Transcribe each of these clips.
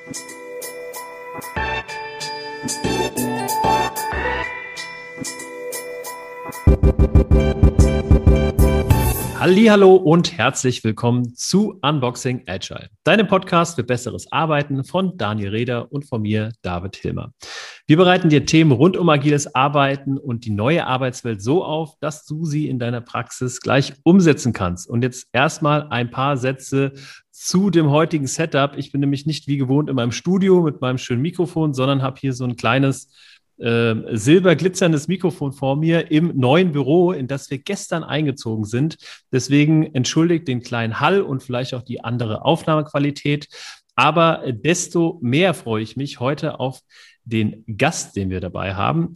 Hallihallo und herzlich willkommen zu Unboxing Agile, deinem Podcast für besseres Arbeiten von Daniel Reder und von mir, David Hilmer. Wir bereiten dir Themen rund um agiles Arbeiten und die neue Arbeitswelt so auf, dass du sie in deiner Praxis gleich umsetzen kannst. Und jetzt erstmal ein paar Sätze zu dem heutigen Setup. Ich bin nämlich nicht wie gewohnt in meinem Studio mit meinem schönen Mikrofon, sondern habe hier so ein kleines silberglitzerndes Mikrofon vor mir im neuen Büro, in das wir gestern eingezogen sind. Deswegen entschuldigt den kleinen Hall und vielleicht auch die andere Aufnahmequalität. Aber desto mehr freue ich mich heute auf den Gast, den wir dabei haben,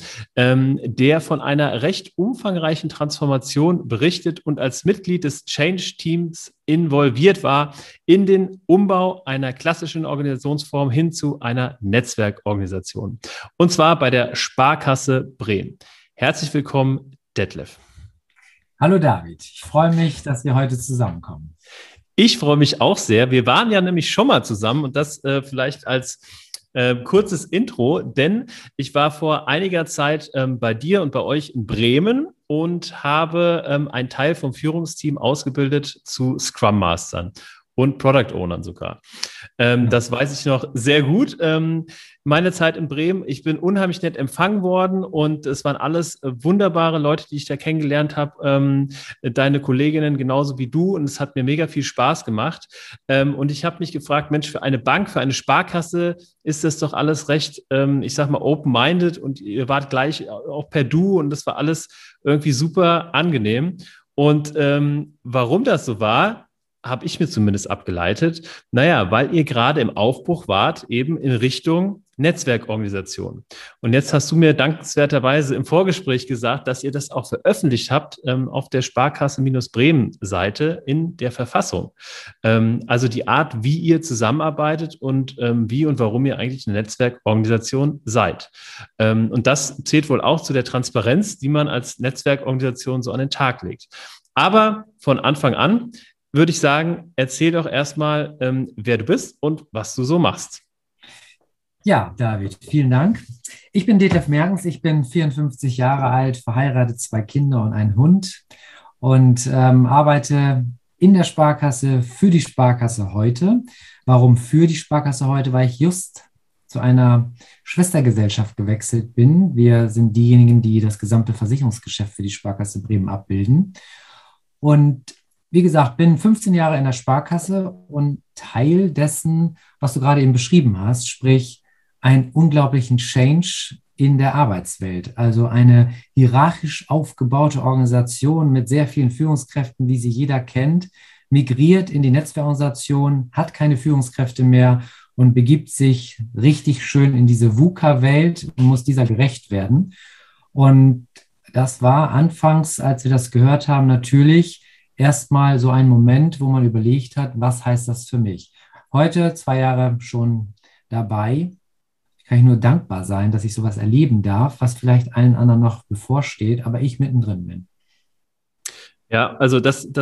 der von einer recht umfangreichen Transformation berichtet und als Mitglied des Change-Teams involviert war in den Umbau einer klassischen Organisationsform hin zu einer Netzwerkorganisation. Und zwar bei der Sparkasse Bremen. Herzlich willkommen, Detlef. Hallo David, ich freue mich, dass wir heute zusammenkommen. Ich freue mich auch sehr. Wir waren ja nämlich schon mal zusammen und das vielleicht als kurzes Intro, denn ich war vor einiger Zeit bei dir und bei euch in Bremen und habe einen Teil vom Führungsteam ausgebildet zu Scrum Mastern und Product Ownern sogar. Das weiß ich noch sehr gut. Meine Zeit in Bremen, ich bin unheimlich nett empfangen worden und es waren alles wunderbare Leute, die ich da kennengelernt habe, deine Kolleginnen genauso wie du, und es hat mir mega viel Spaß gemacht. Und ich habe mich gefragt, Mensch, für eine Bank, für eine Sparkasse ist das doch alles recht, ich sag mal, open-minded, und ihr wart gleich auch per Du und das war alles irgendwie super angenehm. Und warum das so war, habe ich mir zumindest abgeleitet. Naja, weil ihr gerade im Aufbruch wart, eben in Richtung Netzwerkorganisation. Und jetzt hast du mir dankenswerterweise im Vorgespräch gesagt, dass ihr das auch veröffentlicht habt auf der Sparkasse-Bremen-Seite in der Verfassung. Also die Art, wie ihr zusammenarbeitet und wie und warum ihr eigentlich eine Netzwerkorganisation seid. Und das zählt wohl auch zu der Transparenz, die man als Netzwerkorganisation so an den Tag legt. Aber von Anfang an würde ich sagen, erzähl doch erstmal, wer du bist und was du so machst. Ja, David, vielen Dank. Ich bin Detlef Mergens, ich bin 54 Jahre alt, verheiratet, 2 Kinder und einen Hund und arbeite in der Sparkasse für die Sparkasse heute. Warum für die Sparkasse heute? Weil ich just zu einer Schwestergesellschaft gewechselt bin. Wir sind diejenigen, die das gesamte Versicherungsgeschäft für die Sparkasse Bremen abbilden. Und wie gesagt, bin 15 Jahre in der Sparkasse und Teil dessen, was du gerade eben beschrieben hast, sprich einen unglaublichen Change in der Arbeitswelt. Also eine hierarchisch aufgebaute Organisation mit sehr vielen Führungskräften, wie sie jeder kennt, migriert in die Netzwerkorganisation, hat keine Führungskräfte mehr und begibt sich richtig schön in diese VUCA-Welt und muss dieser gerecht werden. Und das war anfangs, als wir das gehört haben, natürlich erstmal so ein Moment, wo man überlegt hat, was heißt das für mich? Heute, 2 Jahre schon dabei, kann ich nur dankbar sein, dass ich sowas erleben darf, was vielleicht allen anderen noch bevorsteht, aber ich mittendrin bin. Ja, also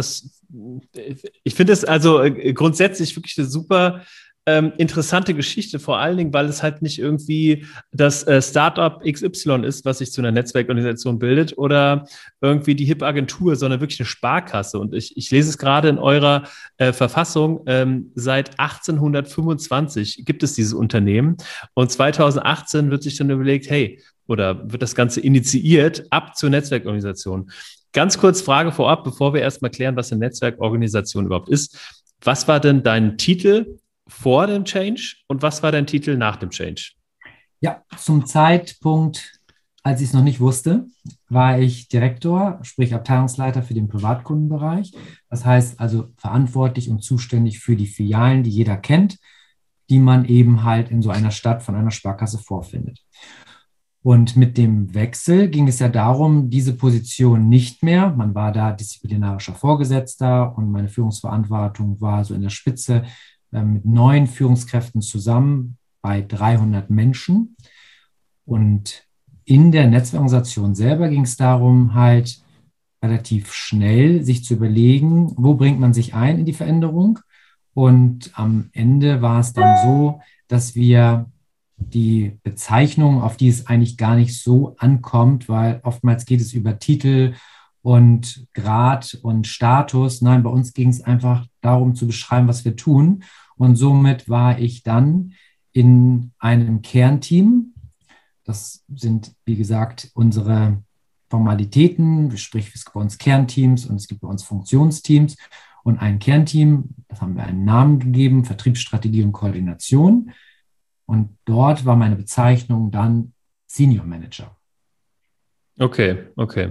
ich finde es also grundsätzlich wirklich eine super interessante Geschichte, vor allen Dingen, weil es halt nicht irgendwie das Startup XY ist, was sich zu einer Netzwerkorganisation bildet, oder irgendwie die HIP-Agentur, sondern wirklich eine Sparkasse. Und ich lese es gerade in eurer Verfassung, seit 1825 gibt es dieses Unternehmen und 2018 wird sich dann überlegt, hey, oder wird das Ganze initiiert, ab zur Netzwerkorganisation. Ganz kurz Frage vorab, bevor wir erstmal klären, was eine Netzwerkorganisation überhaupt ist. Was war denn dein Titel vor dem Change und was war dein Titel nach dem Change? Ja, zum Zeitpunkt, als ich es noch nicht wusste, war ich Direktor, sprich Abteilungsleiter für den Privatkundenbereich. Das heißt also verantwortlich und zuständig für die Filialen, die jeder kennt, die man eben halt in so einer Stadt von einer Sparkasse vorfindet. Und mit dem Wechsel ging es ja darum, diese Position nicht mehr. Man war da disziplinarischer Vorgesetzter und meine Führungsverantwortung war so in der Spitze mit 9 Führungskräften zusammen bei 300 Menschen. Und in der Netzwerkorganisation selber ging es darum, halt relativ schnell sich zu überlegen, wo bringt man sich ein in die Veränderung. Und am Ende war es dann so, dass wir die Bezeichnung, auf die es eigentlich gar nicht so ankommt, weil oftmals geht es über Titel und Grad und Status. Nein, bei uns ging es einfach darum zu beschreiben, was wir tun. Und somit war ich dann in einem Kernteam. Das sind, wie gesagt, unsere Formalitäten, sprich es gibt bei uns Kernteams und es gibt bei uns Funktionsteams. Und ein Kernteam, das haben wir einen Namen gegeben, Vertriebsstrategie und Koordination. Und dort war meine Bezeichnung dann Senior Manager. Okay.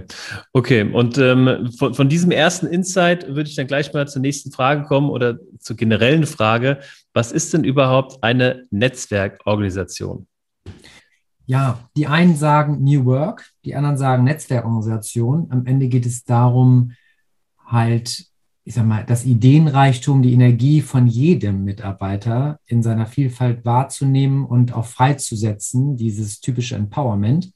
Und von diesem ersten Insight würde ich dann gleich mal zur nächsten Frage kommen oder zur generellen Frage. Was ist denn überhaupt eine Netzwerkorganisation? Ja, die einen sagen New Work, die anderen sagen Netzwerkorganisation. Am Ende geht es darum, halt, ich sag mal, das Ideenreichtum, die Energie von jedem Mitarbeiter in seiner Vielfalt wahrzunehmen und auch freizusetzen, dieses typische Empowerment.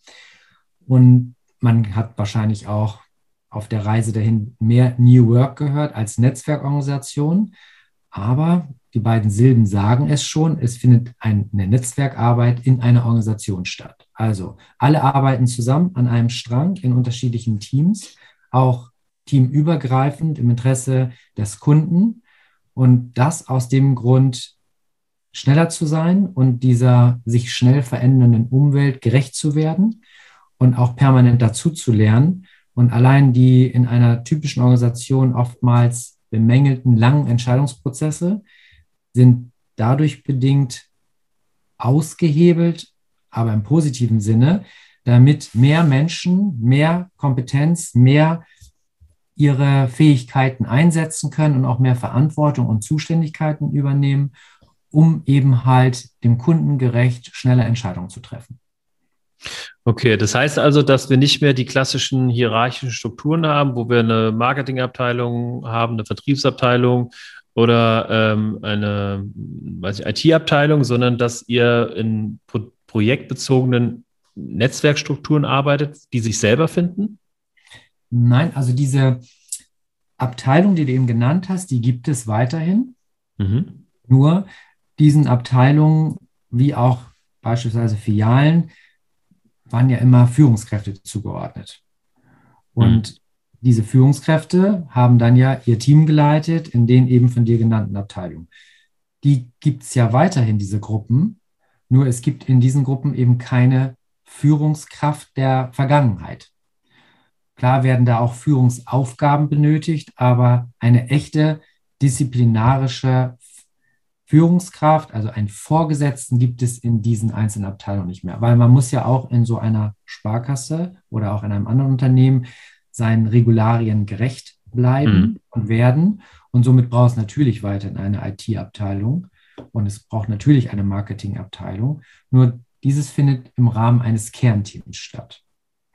Und man hat wahrscheinlich auch auf der Reise dahin mehr New Work gehört als Netzwerkorganisation. Aber die beiden Silben sagen es schon, es findet eine Netzwerkarbeit in einer Organisation statt. Also alle arbeiten zusammen an einem Strang in unterschiedlichen Teams, auch teamübergreifend im Interesse des Kunden. Und das aus dem Grund, schneller zu sein und dieser sich schnell verändernden Umwelt gerecht zu werden und auch permanent dazu zu lernen. Und allein die in einer typischen Organisation oftmals bemängelten langen Entscheidungsprozesse sind dadurch bedingt ausgehebelt, aber im positiven Sinne, damit mehr Menschen, mehr Kompetenz, mehr ihre Fähigkeiten einsetzen können und auch mehr Verantwortung und Zuständigkeiten übernehmen, um eben halt dem Kunden gerecht schnelle Entscheidungen zu treffen. Okay, das heißt also, dass wir nicht mehr die klassischen hierarchischen Strukturen haben, wo wir eine Marketingabteilung haben, eine Vertriebsabteilung oder eine, weiß ich, IT-Abteilung, sondern dass ihr in projektbezogenen Netzwerkstrukturen arbeitet, die sich selber finden? Nein, also diese Abteilung, die du eben genannt hast, die gibt es weiterhin. Mhm. Nur diesen Abteilungen, wie auch beispielsweise Filialen, waren ja immer Führungskräfte zugeordnet. Und diese Führungskräfte haben dann ja ihr Team geleitet in den eben von dir genannten Abteilungen. Die gibt es ja weiterhin, diese Gruppen, nur es gibt in diesen Gruppen eben keine Führungskraft der Vergangenheit. Klar werden da auch Führungsaufgaben benötigt, aber eine echte disziplinarische Führungskraft, also einen Vorgesetzten, gibt es in diesen einzelnen Abteilungen nicht mehr. Weil man muss ja auch in so einer Sparkasse oder auch in einem anderen Unternehmen seinen Regularien gerecht bleiben und werden. Und somit braucht es natürlich weiterhin eine IT-Abteilung und es braucht natürlich eine Marketingabteilung. Nur dieses findet im Rahmen eines Kernteams statt.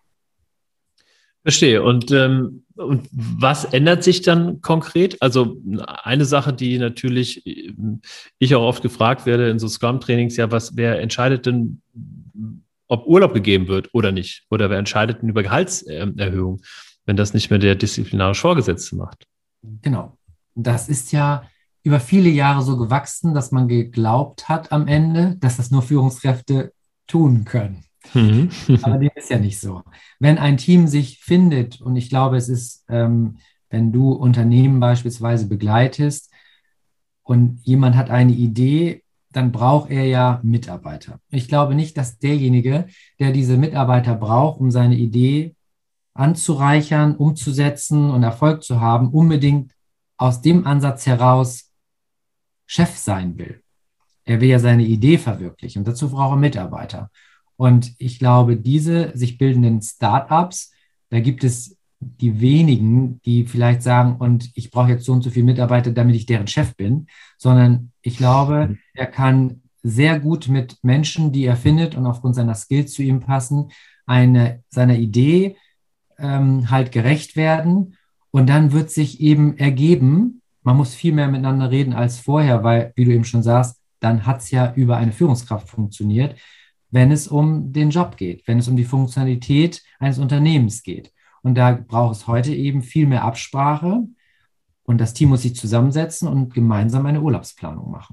Verstehe. Und was ändert sich dann konkret? Also eine Sache, die natürlich ich auch oft gefragt werde in so Scrum-Trainings, ja, wer entscheidet denn, ob Urlaub gegeben wird oder nicht? Oder wer entscheidet denn über Gehaltserhöhung, wenn das nicht mehr der disziplinarische Vorgesetzte macht? Genau. Das ist ja über viele Jahre so gewachsen, dass man geglaubt hat am Ende, dass das nur Führungskräfte tun können. Aber dem ist ja nicht so. Wenn ein Team sich findet, und ich glaube, es ist, wenn du Unternehmen beispielsweise begleitest und jemand hat eine Idee, dann braucht er ja Mitarbeiter. Ich glaube nicht, dass derjenige, der diese Mitarbeiter braucht, um seine Idee anzureichern, umzusetzen und Erfolg zu haben, unbedingt aus dem Ansatz heraus Chef sein will. Er will ja seine Idee verwirklichen und dazu braucht er Mitarbeiter. Und ich glaube, diese sich bildenden Startups, da gibt es die wenigen, die vielleicht sagen, und ich brauche jetzt so und so viele Mitarbeiter, damit ich deren Chef bin, sondern ich glaube, er kann sehr gut mit Menschen, die er findet und aufgrund seiner Skills zu ihm passen, seiner Idee halt gerecht werden. Und dann wird sich eben ergeben, man muss viel mehr miteinander reden als vorher, weil, wie du eben schon sagst, dann hat es ja über eine Führungskraft funktioniert, wenn es um den Job geht, wenn es um die Funktionalität eines Unternehmens geht. Und da braucht es heute eben viel mehr Absprache und das Team muss sich zusammensetzen und gemeinsam eine Urlaubsplanung machen.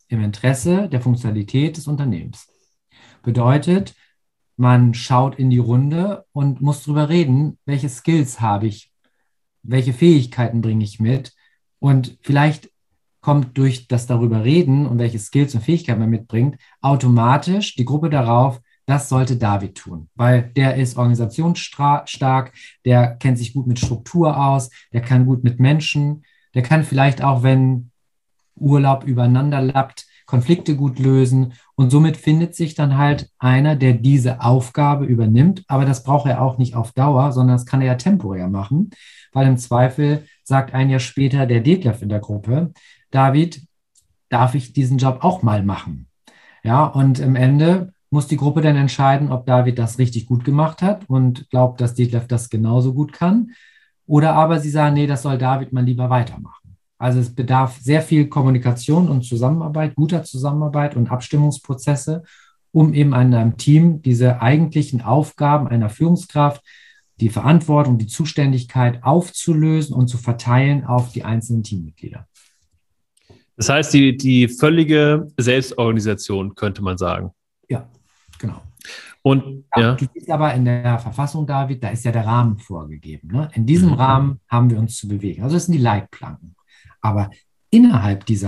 im Interesse der Funktionalität des Unternehmens. Bedeutet, man schaut in die Runde und muss darüber reden, welche Skills habe ich, welche Fähigkeiten bringe ich mit. Und vielleicht kommt durch das darüber reden und welche Skills und Fähigkeiten man mitbringt, automatisch die Gruppe darauf, das sollte David tun, weil der ist organisationsstark, der kennt sich gut mit Struktur aus, der kann gut mit Menschen, der kann vielleicht auch, wenn Urlaub übereinander lappt, Konflikte gut lösen und somit findet sich dann halt einer, der diese Aufgabe übernimmt, aber das braucht er auch nicht auf Dauer, sondern das kann er ja temporär machen, weil im Zweifel sagt ein Jahr später der Detlef in der Gruppe, David, darf ich diesen Job auch mal machen? Ja, und am Ende muss die Gruppe dann entscheiden, ob David das richtig gut gemacht hat und glaubt, dass Detlef das genauso gut kann. Oder aber sie sagen, nee, das soll David mal lieber weitermachen. Also es bedarf sehr viel Kommunikation und Zusammenarbeit, guter Zusammenarbeit und Abstimmungsprozesse, um eben in einem Team diese eigentlichen Aufgaben einer Führungskraft, die Verantwortung, die Zuständigkeit aufzulösen und zu verteilen auf die einzelnen Teammitglieder. Das heißt, die völlige Selbstorganisation, könnte man sagen. Ja, genau. Und Du siehst aber in der Verfassung, David, da ist ja der Rahmen vorgegeben. Ne? In diesem Rahmen haben wir uns zu bewegen. Also das sind die Leitplanken. Aber innerhalb des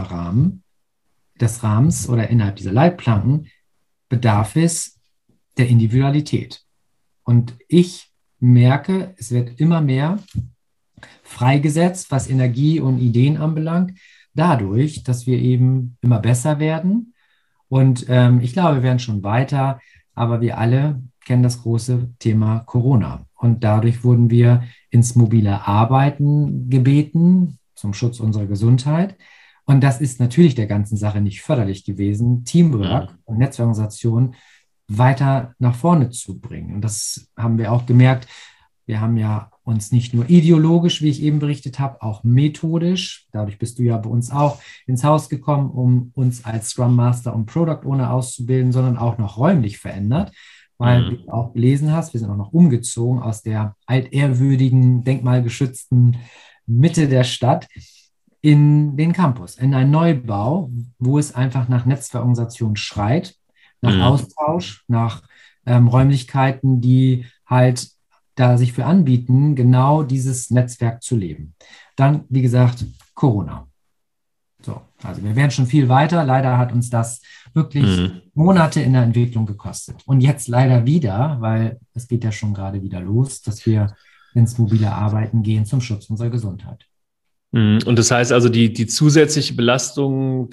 Rahmens oder innerhalb dieser Leitplanken bedarf es der Individualität. Und ich merke, es wird immer mehr freigesetzt, was Energie und Ideen anbelangt, dadurch, dass wir eben immer besser werden. Und ich glaube, wir werden schon weiter, aber wir alle kennen das große Thema Corona. Und dadurch wurden wir ins mobile Arbeiten gebeten, zum Schutz unserer Gesundheit. Und das ist natürlich der ganzen Sache nicht förderlich gewesen, Teamwork und Netzwerkorganisation weiter nach vorne zu bringen. Und das haben wir auch gemerkt. Wir haben ja uns nicht nur ideologisch, wie ich eben berichtet habe, auch methodisch, dadurch bist du ja bei uns auch ins Haus gekommen, um uns als Scrum Master und Product Owner auszubilden, sondern auch noch räumlich verändert, weil wie du auch gelesen hast, wir sind auch noch umgezogen aus der altehrwürdigen, denkmalgeschützten Mitte der Stadt in den Campus, in einen Neubau, wo es einfach nach Netzwerkorganisation schreit, nach Austausch, nach Räumlichkeiten, die halt da sich für anbieten, genau dieses Netzwerk zu leben. Dann, wie gesagt, Corona. So, also wir wären schon viel weiter. Leider hat uns das wirklich Monate in der Entwicklung gekostet. Und jetzt leider wieder, weil es geht ja schon gerade wieder los, dass wir ins mobile Arbeiten gehen zum Schutz unserer Gesundheit. Und das heißt also, die zusätzliche Belastung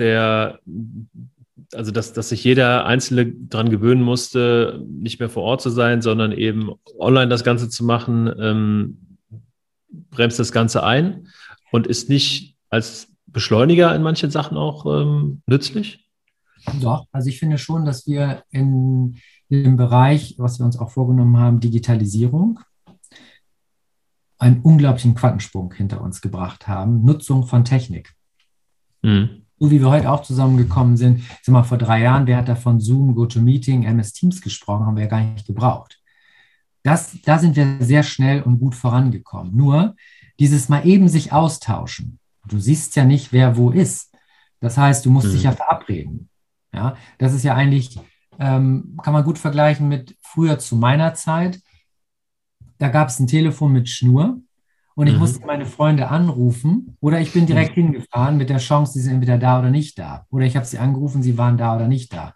dass sich jeder Einzelne daran gewöhnen musste, nicht mehr vor Ort zu sein, sondern eben online das Ganze zu machen, bremst das Ganze ein und ist nicht als Beschleuniger in manchen Sachen auch nützlich? Doch, also ich finde schon, dass wir in dem Bereich, was wir uns auch vorgenommen haben, Digitalisierung, einen unglaublichen Quantensprung hinter uns gebracht haben. Nutzung von Technik. So wie wir heute auch zusammengekommen sind, vor 3 Jahren, wer hat da von Zoom, GoToMeeting, MS Teams gesprochen, haben wir ja gar nicht gebraucht. Da sind wir sehr schnell und gut vorangekommen. Nur dieses mal eben sich austauschen. Du siehst ja nicht, wer wo ist. Das heißt, du musst dich ja verabreden. Ja, das ist ja eigentlich, kann man gut vergleichen mit früher zu meiner Zeit. Da gab es ein Telefon mit Schnur. Und ich musste meine Freunde anrufen oder ich bin direkt hingefahren mit der Chance, sie sind entweder da oder nicht da. Oder ich habe sie angerufen, sie waren da oder nicht da.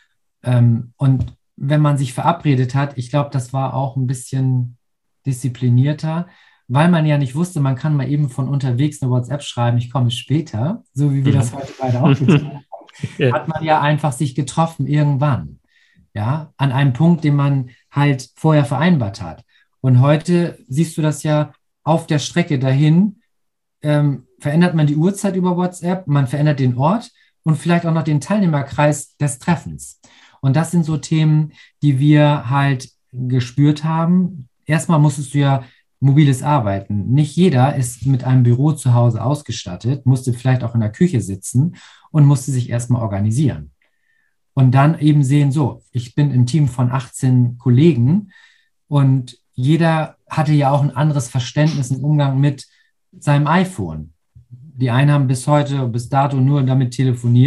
Und wenn man sich verabredet hat, ich glaube, das war auch ein bisschen disziplinierter, weil man ja nicht wusste, man kann mal eben von unterwegs eine WhatsApp schreiben, ich komme später, so wie wir das heute beide auch getan haben, hat man ja einfach sich getroffen irgendwann. Ja, an einem Punkt, den man halt vorher vereinbart hat. Und heute siehst du das ja, auf der Strecke dahin verändert man die Uhrzeit über WhatsApp, man verändert den Ort und vielleicht auch noch den Teilnehmerkreis des Treffens. Und das sind so Themen, die wir halt gespürt haben. Erstmal musstest du ja mobiles Arbeiten. Nicht jeder ist mit einem Büro zu Hause ausgestattet, musste vielleicht auch in der Küche sitzen und musste sich erstmal organisieren. Und dann eben sehen, so, ich bin im Team von 18 Kollegen und jeder hatte ja auch ein anderes Verständnis im Umgang mit seinem iPhone. Die einen haben bis dato nur damit telefoniert,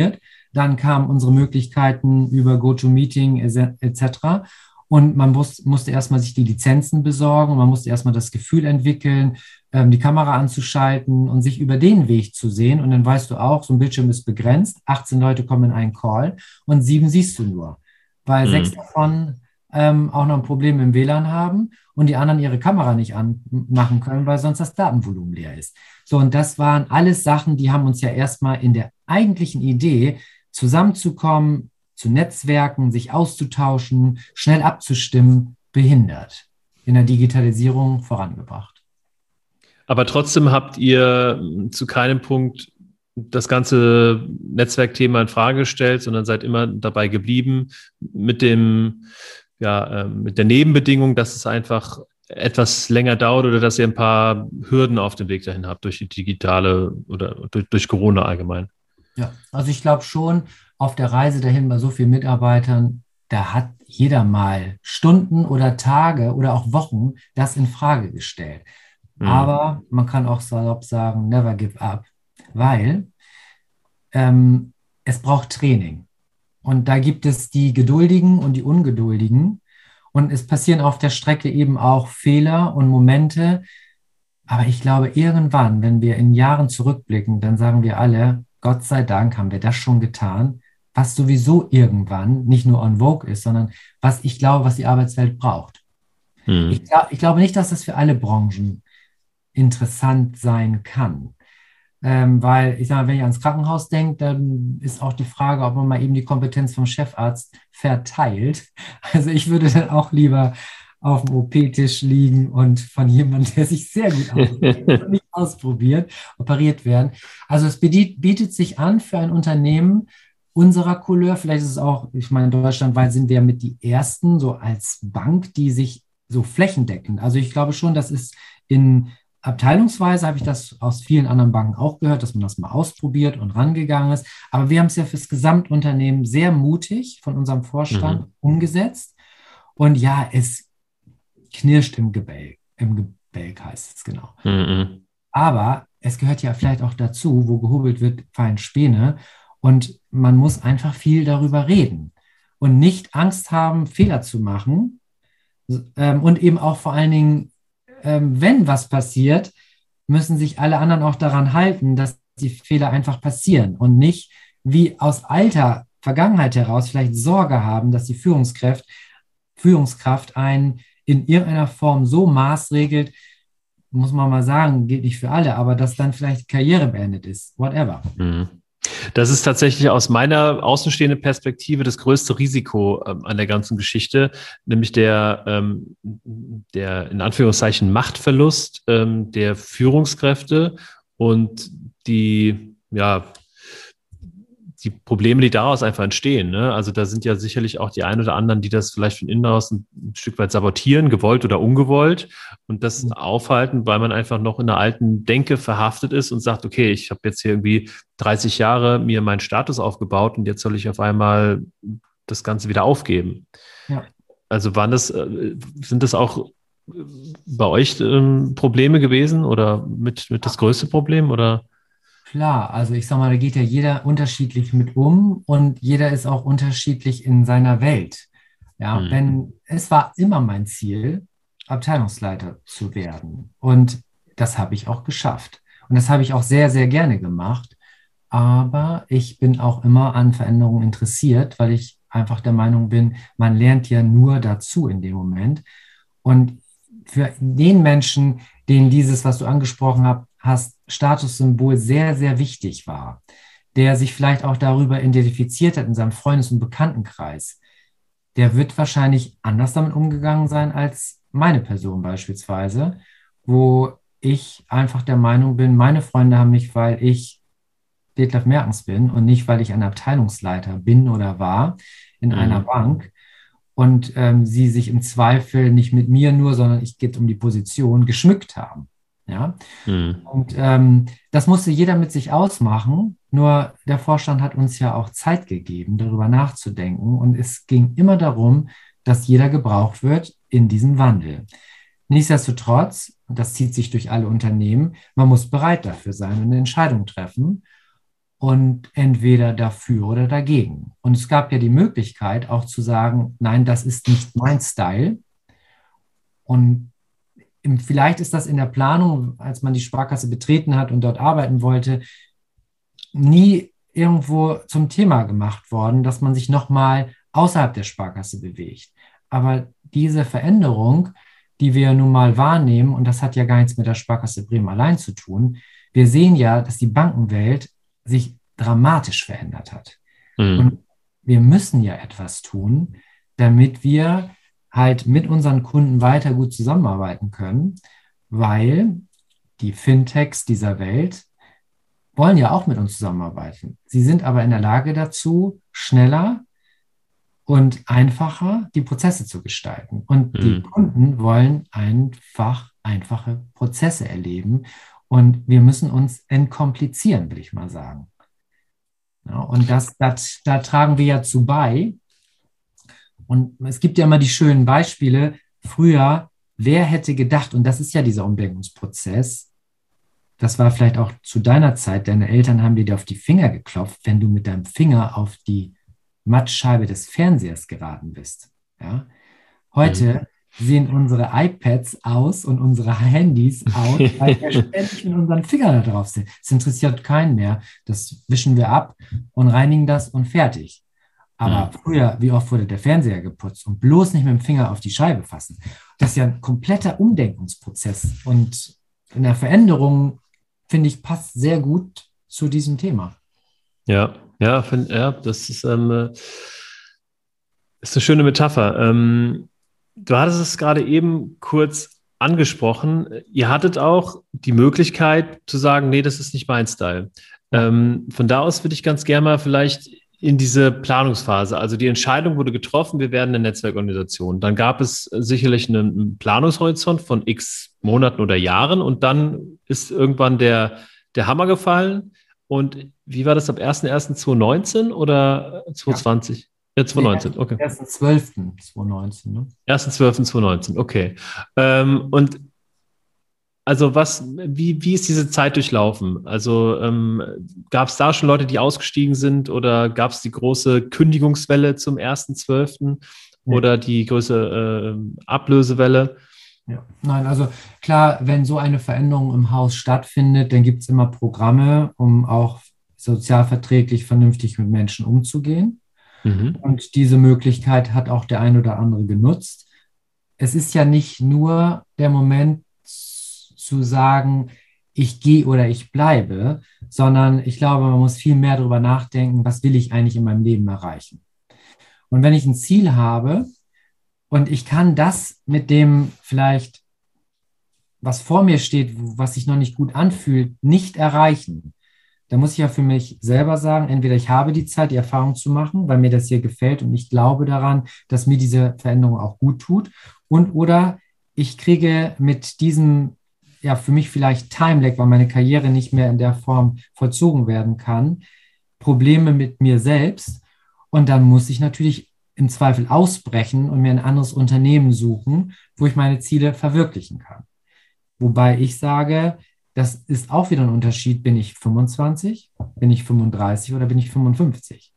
Dann kamen unsere Möglichkeiten über GoToMeeting etc. Und man musste erstmal sich die Lizenzen besorgen und man musste erstmal das Gefühl entwickeln, die Kamera anzuschalten und sich über den Weg zu sehen. Und dann weißt du auch, so ein Bildschirm ist begrenzt, 18 Leute kommen in einen Call und 7 siehst du nur, weil 6 davon auch noch ein Problem im WLAN haben und die anderen ihre Kamera nicht anmachen können, weil sonst das Datenvolumen leer ist. So, und das waren alles Sachen, die haben uns ja erstmal in der eigentlichen Idee, zusammenzukommen, zu Netzwerken, sich auszutauschen, schnell abzustimmen, behindert, in der Digitalisierung vorangebracht. Aber trotzdem habt ihr zu keinem Punkt das ganze Netzwerkthema in Frage gestellt, sondern seid immer dabei geblieben mit mit der Nebenbedingung, dass es einfach etwas länger dauert oder dass ihr ein paar Hürden auf dem Weg dahin habt durch die digitale oder durch Corona allgemein. Ja, also ich glaube schon, auf der Reise dahin bei so vielen Mitarbeitern, da hat jeder mal Stunden oder Tage oder auch Wochen das in Frage gestellt. Aber man kann auch salopp sagen, never give up, weil es braucht Training. Und da gibt es die Geduldigen und die Ungeduldigen. Und es passieren auf der Strecke eben auch Fehler und Momente. Aber ich glaube, irgendwann, wenn wir in Jahren zurückblicken, dann sagen wir alle, Gott sei Dank haben wir das schon getan, was sowieso irgendwann nicht nur en vogue ist, sondern was ich glaube, was die Arbeitswelt braucht. Ich glaube nicht, dass das für alle Branchen interessant sein kann. Weil ich sage, wenn ich ans Krankenhaus denke, dann ist auch die Frage, ob man mal eben die Kompetenz vom Chefarzt verteilt. Also ich würde dann auch lieber auf dem OP-Tisch liegen und von jemandem, der sich sehr gut ausprobiert, operiert werden. Also es bietet sich an für ein Unternehmen unserer Couleur. Vielleicht ist es auch, ich meine, deutschlandweit sind wir mit die Ersten, so als Bank, die sich so flächendeckend. Also ich glaube schon, das ist abteilungsweise habe ich das aus vielen anderen Banken auch gehört, dass man das mal ausprobiert und rangegangen ist. Aber wir haben es ja fürs Gesamtunternehmen sehr mutig von unserem Vorstand umgesetzt. Und ja, es knirscht im Gebälk heißt es genau. Aber es gehört ja vielleicht auch dazu, wo gehobelt wird, fallen Späne. Und man muss einfach viel darüber reden und nicht Angst haben, Fehler zu machen. Und eben auch vor allen Dingen, wenn was passiert, müssen sich alle anderen auch daran halten, dass die Fehler einfach passieren und nicht wie aus alter Vergangenheit heraus vielleicht Sorge haben, dass die Führungskraft einen in irgendeiner Form so maßregelt, muss man mal sagen, gilt nicht für alle, aber dass dann vielleicht Karriere beendet ist, whatever. Das ist tatsächlich aus meiner außenstehenden Perspektive das größte Risiko an der ganzen Geschichte, nämlich der in Anführungszeichen Machtverlust der Führungskräfte und die Probleme, die daraus einfach entstehen. Ne? Also da sind ja sicherlich auch die ein oder anderen, die das vielleicht von innen aus ein Stück weit sabotieren, gewollt oder ungewollt, und das aufhalten, weil man einfach noch in einer alten Denke verhaftet ist und sagt, okay, ich habe jetzt hier irgendwie 30 Jahre mir meinen Status aufgebaut und jetzt soll ich auf einmal das Ganze wieder aufgeben. Ja. Also sind das auch bei euch Probleme gewesen oder mit das größte Problem, oder? Klar, also ich sag mal, da geht ja jeder unterschiedlich mit um und jeder ist auch unterschiedlich in seiner Welt. Ja, es war immer mein Ziel, Abteilungsleiter zu werden. Und das habe ich auch geschafft. Und das habe ich auch sehr, sehr gerne gemacht. Aber ich bin auch immer an Veränderungen interessiert, weil ich einfach der Meinung bin, man lernt ja nur dazu in dem Moment. Und für den Menschen, denen dieses, was du angesprochen hast, Statussymbol sehr, sehr wichtig war, der sich vielleicht auch darüber identifiziert hat in seinem Freundes- und Bekanntenkreis, der wird wahrscheinlich anders damit umgegangen sein als meine Person beispielsweise, wo ich einfach der Meinung bin, meine Freunde haben mich, weil ich Detlef Mertens bin und nicht, weil ich ein Abteilungsleiter bin oder war in einer Bank und sie sich im Zweifel nicht mit mir nur, sondern es geht um die Position, geschmückt haben. Ja? Und das musste jeder mit sich ausmachen, nur der Vorstand hat uns ja auch Zeit gegeben, darüber nachzudenken, und es ging immer darum, dass jeder gebraucht wird in diesem Wandel. Nichtsdestotrotz, und das zieht sich durch alle Unternehmen, man muss bereit dafür sein und eine Entscheidung treffen. und entweder dafür oder dagegen. Und es gab ja die Möglichkeit auch zu sagen, nein, das ist nicht mein Style. Und vielleicht ist das in der Planung, als man die Sparkasse betreten hat und dort arbeiten wollte, nie irgendwo zum Thema gemacht worden, dass man sich nochmal außerhalb der Sparkasse bewegt. Aber diese Veränderung, die wir nun mal wahrnehmen, und das hat ja gar nichts mit der Sparkasse Bremen allein zu tun, wir sehen ja, dass die Bankenwelt sich dramatisch verändert hat. Und wir müssen ja etwas tun, damit wir halt mit unseren Kunden weiter gut zusammenarbeiten können, weil die Fintechs dieser Welt wollen ja auch mit uns zusammenarbeiten. Sie sind aber in der Lage dazu, schneller und einfacher die Prozesse zu gestalten. Und die Kunden wollen einfach einfache Prozesse erleben. Und wir müssen uns entkomplizieren, will ich mal sagen. Ja, und da tragen wir ja zu bei. Und es gibt ja immer die schönen Beispiele. Früher, wer hätte gedacht, und das ist ja dieser Umdenkungsprozess, das war vielleicht auch zu deiner Zeit, deine Eltern haben dir auf die Finger geklopft, wenn du mit deinem Finger auf die Mattscheibe des Fernsehers geraten bist. Ja? Heute sehen unsere iPads aus und unsere Handys aus, weil wir ständig mit unseren Fingern da drauf sind. Es interessiert keinen mehr. Das wischen wir ab und reinigen das und fertig. Aber früher, wie oft wurde der Fernseher geputzt und bloß nicht mit dem Finger auf die Scheibe fassen. Das ist ja ein kompletter Umdenkungsprozess. Und in der Veränderung, finde ich, passt sehr gut zu diesem Thema. Ja, das ist eine schöne Metapher. Du hattest es gerade eben kurz angesprochen. Ihr hattet auch die Möglichkeit zu sagen, nee, das ist nicht mein Style. Von da aus würde ich ganz gerne mal vielleicht in diese Planungsphase, also die Entscheidung wurde getroffen, wir werden eine Netzwerkorganisation. Dann gab es sicherlich einen Planungshorizont von x Monaten oder Jahren und dann ist irgendwann der Hammer gefallen. Und wie war das ab 1.1.2019 oder 2020? Ja, 2019, okay. 1.12.2019, ne? 1.12.2019, okay. Und also wie ist diese Zeit durchlaufen? Also gab es da schon Leute, die ausgestiegen sind oder gab es die große Kündigungswelle zum 1.12. oder die größere Ablösewelle? Ja. Nein, also klar, wenn so eine Veränderung im Haus stattfindet, dann gibt es immer Programme, um auch sozialverträglich vernünftig mit Menschen umzugehen. Und diese Möglichkeit hat auch der ein oder andere genutzt. Es ist ja nicht nur der Moment zu sagen, ich gehe oder ich bleibe, sondern ich glaube, man muss viel mehr darüber nachdenken, was will ich eigentlich in meinem Leben erreichen. Und wenn ich ein Ziel habe und ich kann das mit dem vielleicht, was vor mir steht, was sich noch nicht gut anfühlt, nicht erreichen, da muss ich ja für mich selber sagen, entweder ich habe die Zeit, die Erfahrung zu machen, weil mir das hier gefällt und ich glaube daran, dass mir diese Veränderung auch gut tut, oder ich kriege mit diesem, ja, für mich vielleicht Time-Lag, weil meine Karriere nicht mehr in der Form vollzogen werden kann, Probleme mit mir selbst und dann muss ich natürlich im Zweifel ausbrechen und mir ein anderes Unternehmen suchen, wo ich meine Ziele verwirklichen kann. Wobei ich sage, das ist auch wieder ein Unterschied. Bin ich 25, bin ich 35 oder bin ich 55?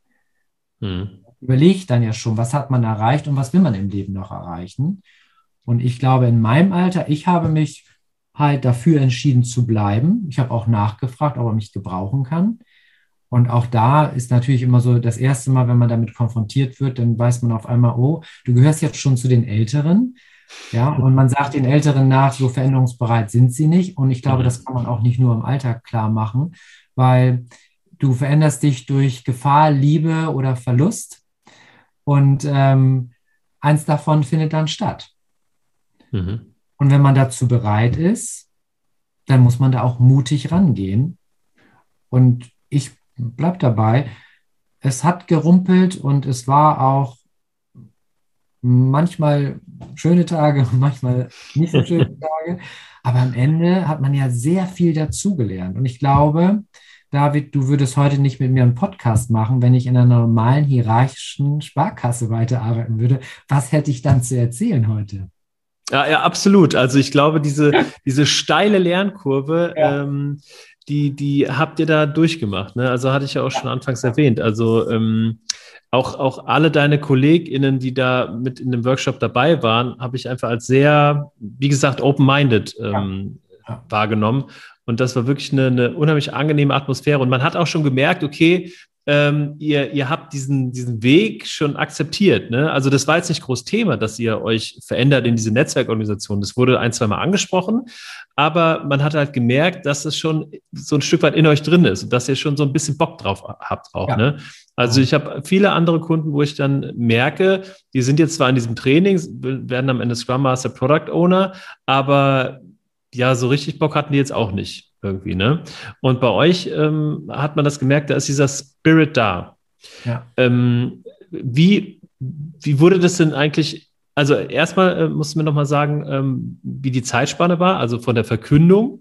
Überlege ich dann ja schon, was hat man erreicht und was will man im Leben noch erreichen? Und ich glaube, in meinem Alter, ich habe mich halt dafür entschieden zu bleiben. Ich habe auch nachgefragt, ob er mich gebrauchen kann. Und auch da ist natürlich immer so das erste Mal, wenn man damit konfrontiert wird, dann weiß man auf einmal, oh, du gehörst jetzt schon zu den Älteren. Ja, und man sagt den Älteren nach, so veränderungsbereit sind sie nicht. Und ich glaube, das kann man auch nicht nur im Alter klar machen, weil du veränderst dich durch Gefahr, Liebe oder Verlust. Und eins davon findet dann statt. Und wenn man dazu bereit ist, dann muss man da auch mutig rangehen. Und ich bleibe dabei, es hat gerumpelt und es war auch manchmal schöne Tage, manchmal nicht so schöne Tage. Aber am Ende hat man ja sehr viel dazugelernt. Und ich glaube, David, du würdest heute nicht mit mir einen Podcast machen, wenn ich in einer normalen hierarchischen Sparkasse weiterarbeiten würde. Was hätte ich dann zu erzählen heute? Ja, absolut. Also ich glaube, diese steile Lernkurve, die habt ihr da durchgemacht, ne? Also hatte ich ja auch schon anfangs erwähnt. Also auch alle deine KollegInnen, die da mit in dem Workshop dabei waren, habe ich einfach als sehr, wie gesagt, open-minded Ja, ja, wahrgenommen. Und das war wirklich eine unheimlich angenehme Atmosphäre. Und man hat auch schon gemerkt, okay, ihr habt diesen Weg schon akzeptiert. Ne? Also das war jetzt nicht groß Thema, dass ihr euch verändert in diese Netzwerkorganisation. Das wurde ein, zwei Mal angesprochen, aber man hat halt gemerkt, dass es schon so ein Stück weit in euch drin ist und dass ihr schon so ein bisschen Bock drauf habt auch. ja. Ne? Also ich habe viele andere Kunden, wo ich dann merke, die sind jetzt zwar in diesem Training, werden am Ende Scrum Master, Product Owner, aber ja, so richtig Bock hatten die jetzt auch nicht irgendwie, ne? Und bei euch hat man das gemerkt, da ist dieser Spirit da. Ja. Wie wurde das denn eigentlich, also erstmal musst du mir nochmal sagen, wie die Zeitspanne war, also von der Verkündung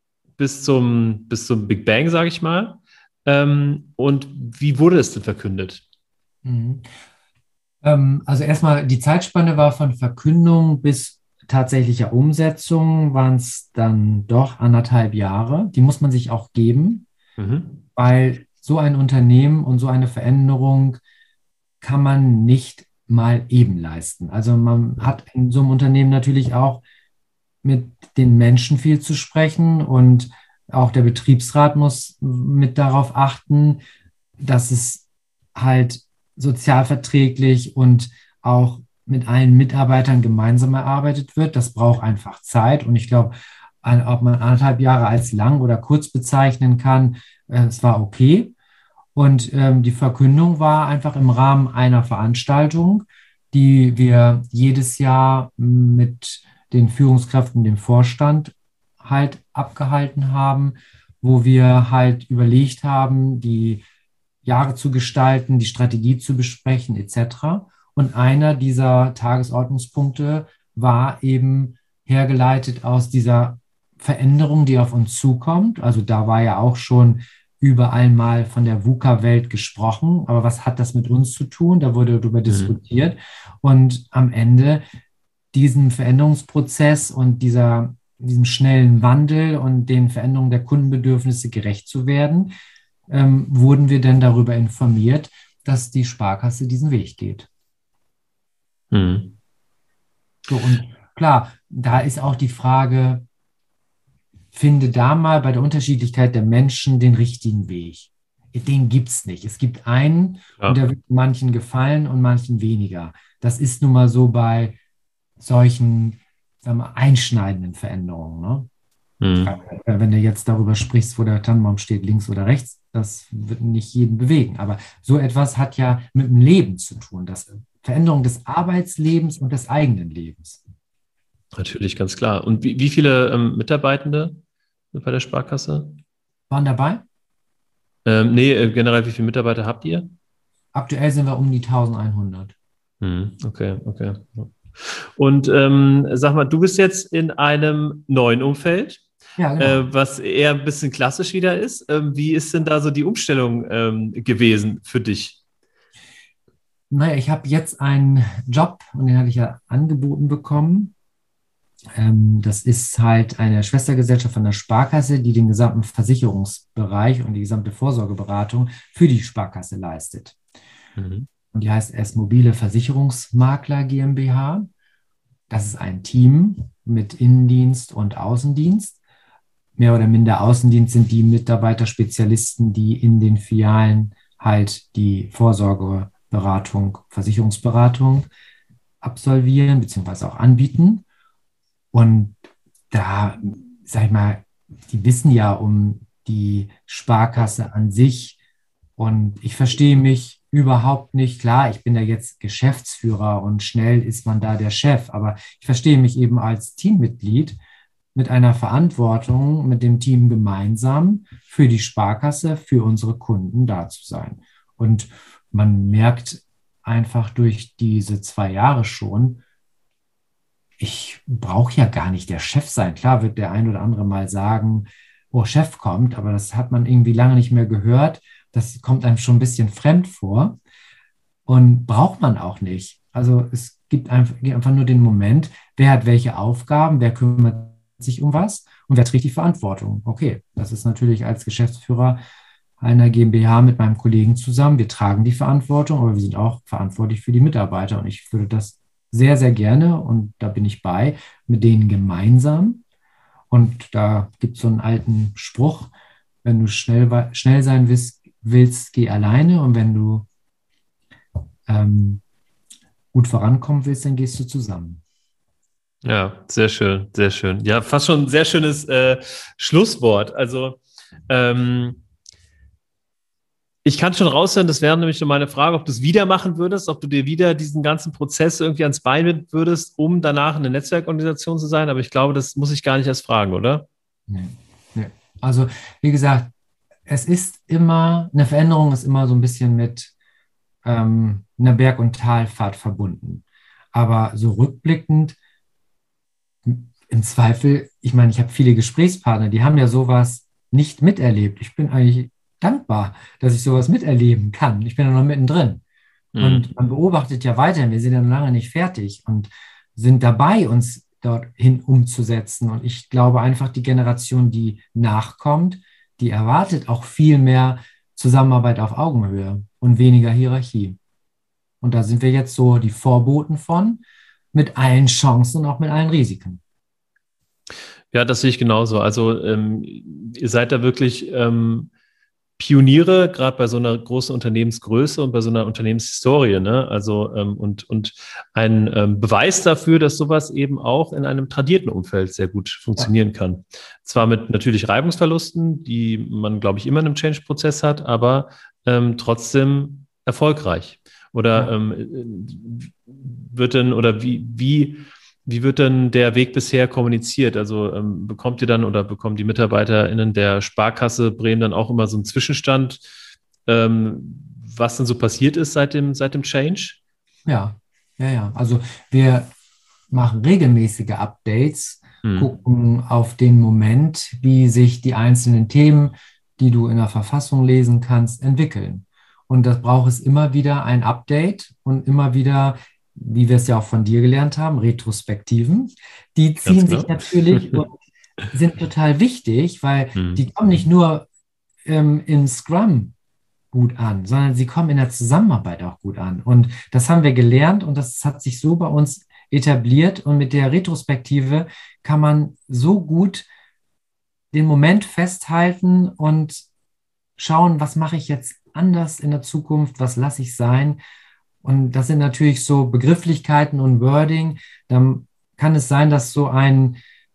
bis zum Big Bang, sage ich mal. Und wie wurde es denn verkündet? Mhm. Also erstmal, die Zeitspanne war von Verkündung bis tatsächlicher Umsetzung, waren es dann doch 1,5 Jahre. Die muss man sich auch geben, Mhm. weil so ein Unternehmen und so eine Veränderung kann man nicht mal eben leisten. Also man hat in so einem Unternehmen natürlich auch mit den Menschen viel zu sprechen und auch der Betriebsrat muss mit darauf achten, dass es halt sozialverträglich und auch mit allen Mitarbeitern gemeinsam erarbeitet wird. Das braucht einfach Zeit und ich glaube, ob man 1,5 Jahre als lang oder kurz bezeichnen kann, es war okay. Und die Verkündung war einfach im Rahmen einer Veranstaltung, die wir jedes Jahr mit den Führungskräften, dem Vorstand halt abgehalten haben, wo wir halt überlegt haben, die Jahre zu gestalten, die Strategie zu besprechen, etc. Und einer dieser Tagesordnungspunkte war eben hergeleitet aus dieser Veränderung, die auf uns zukommt. Also da war ja auch schon überall mal von der VUCA-Welt gesprochen, aber was hat das mit uns zu tun? Da wurde darüber Mhm. diskutiert und am Ende diesen Veränderungsprozess und diesem schnellen Wandel und den Veränderungen der Kundenbedürfnisse gerecht zu werden, wurden wir denn darüber informiert, dass die Sparkasse diesen Weg geht. Mhm. So, und klar, da ist auch die Frage, finde da mal bei der Unterschiedlichkeit der Menschen den richtigen Weg. Den gibt es nicht. Es gibt einen und Ja. der wird manchen gefallen und manchen weniger. Das ist nun mal so bei solchen, sagen wir, einschneidenden Veränderungen. Ne? Mhm. Wenn du jetzt darüber sprichst, wo der Tannenbaum steht, links oder rechts, das wird nicht jeden bewegen. Aber so etwas hat ja mit dem Leben zu tun. Das Veränderung des Arbeitslebens und des eigenen Lebens. Natürlich, ganz klar. Und wie viele Mitarbeitende bei der Sparkasse? Waren dabei? Nee, generell, wie viele Mitarbeiter habt ihr? Aktuell sind wir um die 1100. Okay, okay. Und sag mal, du bist jetzt in einem neuen Umfeld, Ja, genau. was eher ein bisschen klassisch wieder ist. Wie ist denn da so die Umstellung gewesen für dich? Naja, ich habe jetzt einen Job und den hatte ich ja angeboten bekommen. Das ist halt eine Schwestergesellschaft von der Sparkasse, die den gesamten Versicherungsbereich und die gesamte Vorsorgeberatung für die Sparkasse leistet. Mhm. Und die heißt erst Mobile Versicherungsmakler GmbH. Das ist ein Team mit Innendienst und Außendienst. Mehr oder minder Außendienst sind die Mitarbeiterspezialisten, die in den Filialen halt die Vorsorgeberatung, Versicherungsberatung absolvieren bzw. auch anbieten. Und da, sag ich mal, die wissen ja um die Sparkasse an sich. Und ich verstehe mich überhaupt nicht. Klar, ich bin ja jetzt Geschäftsführer und schnell ist man da der Chef, aber ich verstehe mich eben als Teammitglied mit einer Verantwortung, mit dem Team gemeinsam für die Sparkasse, für unsere Kunden da zu sein. Und man merkt einfach durch diese 2 Jahre schon, ich brauche ja gar nicht der Chef sein. Klar wird der ein oder andere mal sagen, oh, Chef kommt, aber das hat man irgendwie lange nicht mehr gehört. Das kommt einem schon ein bisschen fremd vor und braucht man auch nicht. Also es gibt einfach nur den Moment, wer hat welche Aufgaben, wer kümmert sich um was und wer trägt die Verantwortung? Okay, das ist natürlich als Geschäftsführer einer GmbH mit meinem Kollegen zusammen. Wir tragen die Verantwortung, aber wir sind auch verantwortlich für die Mitarbeiter. Und ich würde das sehr, sehr gerne, und da bin ich bei, mit denen gemeinsam. Und da gibt es so einen alten Spruch: Wenn du schnell sein willst, geh alleine. Und wenn du gut vorankommen willst, dann gehst du zusammen. Ja, sehr schön, sehr schön. Ja, fast schon ein sehr schönes Schlusswort. Also ich kann schon raushören, das wäre nämlich nur meine Frage, ob du es wieder machen würdest, ob du dir wieder diesen ganzen Prozess irgendwie ans Bein binden würdest, um danach eine Netzwerkorganisation zu sein. Aber ich glaube, das muss ich gar nicht erst fragen, oder? Nee, nee. Also, wie gesagt, eine Veränderung ist immer so ein bisschen mit einer Berg- und Talfahrt verbunden. Aber so rückblickend, im Zweifel, ich meine, ich habe viele Gesprächspartner, die haben ja sowas nicht miterlebt. Ich bin eigentlich dankbar, dass ich sowas miterleben kann. Ich bin ja noch mittendrin. Und man beobachtet ja weiterhin, wir sind ja noch lange nicht fertig und sind dabei, uns dorthin umzusetzen. Und ich glaube einfach, die Generation, die nachkommt, die erwartet auch viel mehr Zusammenarbeit auf Augenhöhe und weniger Hierarchie. Und da sind wir jetzt so die Vorboten von, mit allen Chancen und auch mit allen Risiken. Ja, das sehe ich genauso. Also ihr seid da wirklich Pioniere, gerade bei so einer großen Unternehmensgröße und bei so einer Unternehmenshistorie, ne? Also und ein Beweis dafür, dass sowas eben auch in einem tradierten Umfeld sehr gut funktionieren kann. Zwar mit natürlich Reibungsverlusten, die man, glaube ich, immer in einem Change-Prozess hat, aber trotzdem erfolgreich. Oder wird denn, oder wie wird denn der Weg bisher kommuniziert? Also bekommt ihr dann oder bekommen die MitarbeiterInnen der Sparkasse Bremen dann auch immer so einen Zwischenstand, was denn so passiert ist seit dem Change? Ja, ja, ja. Also wir machen regelmäßige Updates, gucken auf den Moment, wie sich die einzelnen Themen, die du in der Verfassung lesen kannst, entwickeln. Und das braucht es immer wieder ein Update und immer wieder, wie wir es ja auch von dir gelernt haben, Retrospektiven. Die ziehen sich natürlich und sind total wichtig, weil die kommen nicht nur in Scrum gut an, sondern sie kommen in der Zusammenarbeit auch gut an. Und das haben wir gelernt und das hat sich so bei uns etabliert. Und mit der Retrospektive kann man so gut den Moment festhalten und schauen, was mache ich jetzt anders in der Zukunft, was lasse ich sein. Und das sind natürlich so Begrifflichkeiten und Wording. Dann kann es sein, dass so ein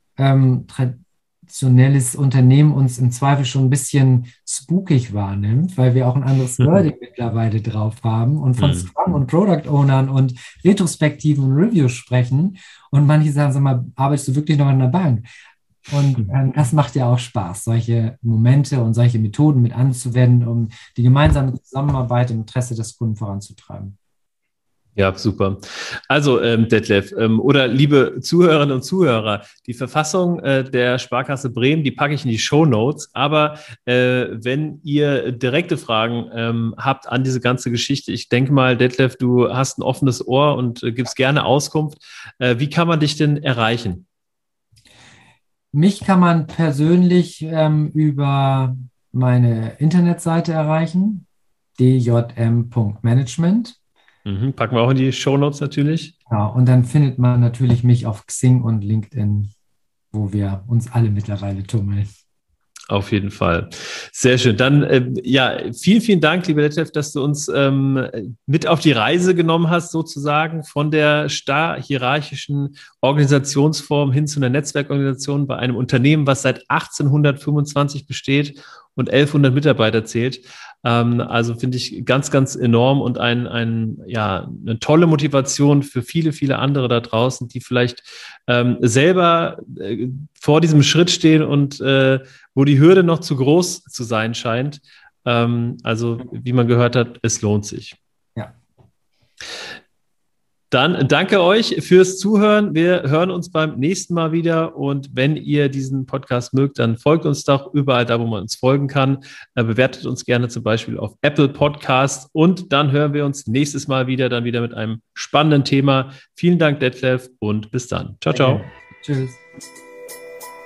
traditionelles Unternehmen uns im Zweifel schon ein bisschen spookig wahrnimmt, weil wir auch ein anderes Wording mittlerweile drauf haben und von Scrum und Product Ownern und Retrospektiven und Reviews sprechen. Und manche sagen, sag mal, arbeitest du wirklich noch an der Bank? Und das macht ja auch Spaß, solche Momente und solche Methoden mit anzuwenden, um die gemeinsame Zusammenarbeit im Interesse des Kunden voranzutreiben. Ja, super. Also, Detlef, oder liebe Zuhörerinnen und Zuhörer, die Verfassung der Sparkasse Bremen, die packe ich in die Shownotes. Aber wenn ihr direkte Fragen habt an diese ganze Geschichte, ich denke mal, Detlef, du hast ein offenes Ohr und gibst gerne Auskunft. Wie kann man dich denn erreichen? Mich kann man persönlich über meine Internetseite erreichen, djm.management. Packen wir auch in die Shownotes natürlich. Ja, und dann findet man natürlich mich auf Xing und LinkedIn, wo wir uns alle mittlerweile tummeln. Auf jeden Fall. Sehr schön. Dann, ja, vielen, vielen Dank, lieber Detlef, dass du uns mit auf die Reise genommen hast, sozusagen von der starr hierarchischen Organisationsform hin zu einer Netzwerkorganisation bei einem Unternehmen, was seit 1825 besteht und 1100 Mitarbeiter zählt. Also finde ich ganz, ganz enorm und ja, eine tolle Motivation für viele, viele andere da draußen, die vielleicht selber vor diesem Schritt stehen und wo die Hürde noch zu groß zu sein scheint. Also, wie man gehört hat, es lohnt sich. Ja. Dann danke euch fürs Zuhören. Wir hören uns beim nächsten Mal wieder. Und wenn ihr diesen Podcast mögt, dann folgt uns doch überall da, wo man uns folgen kann. Bewertet uns gerne zum Beispiel auf Apple Podcast. Und dann hören wir uns nächstes Mal wieder, dann wieder mit einem spannenden Thema. Vielen Dank, Detlef, und bis dann. Ciao, ciao. Tschüss.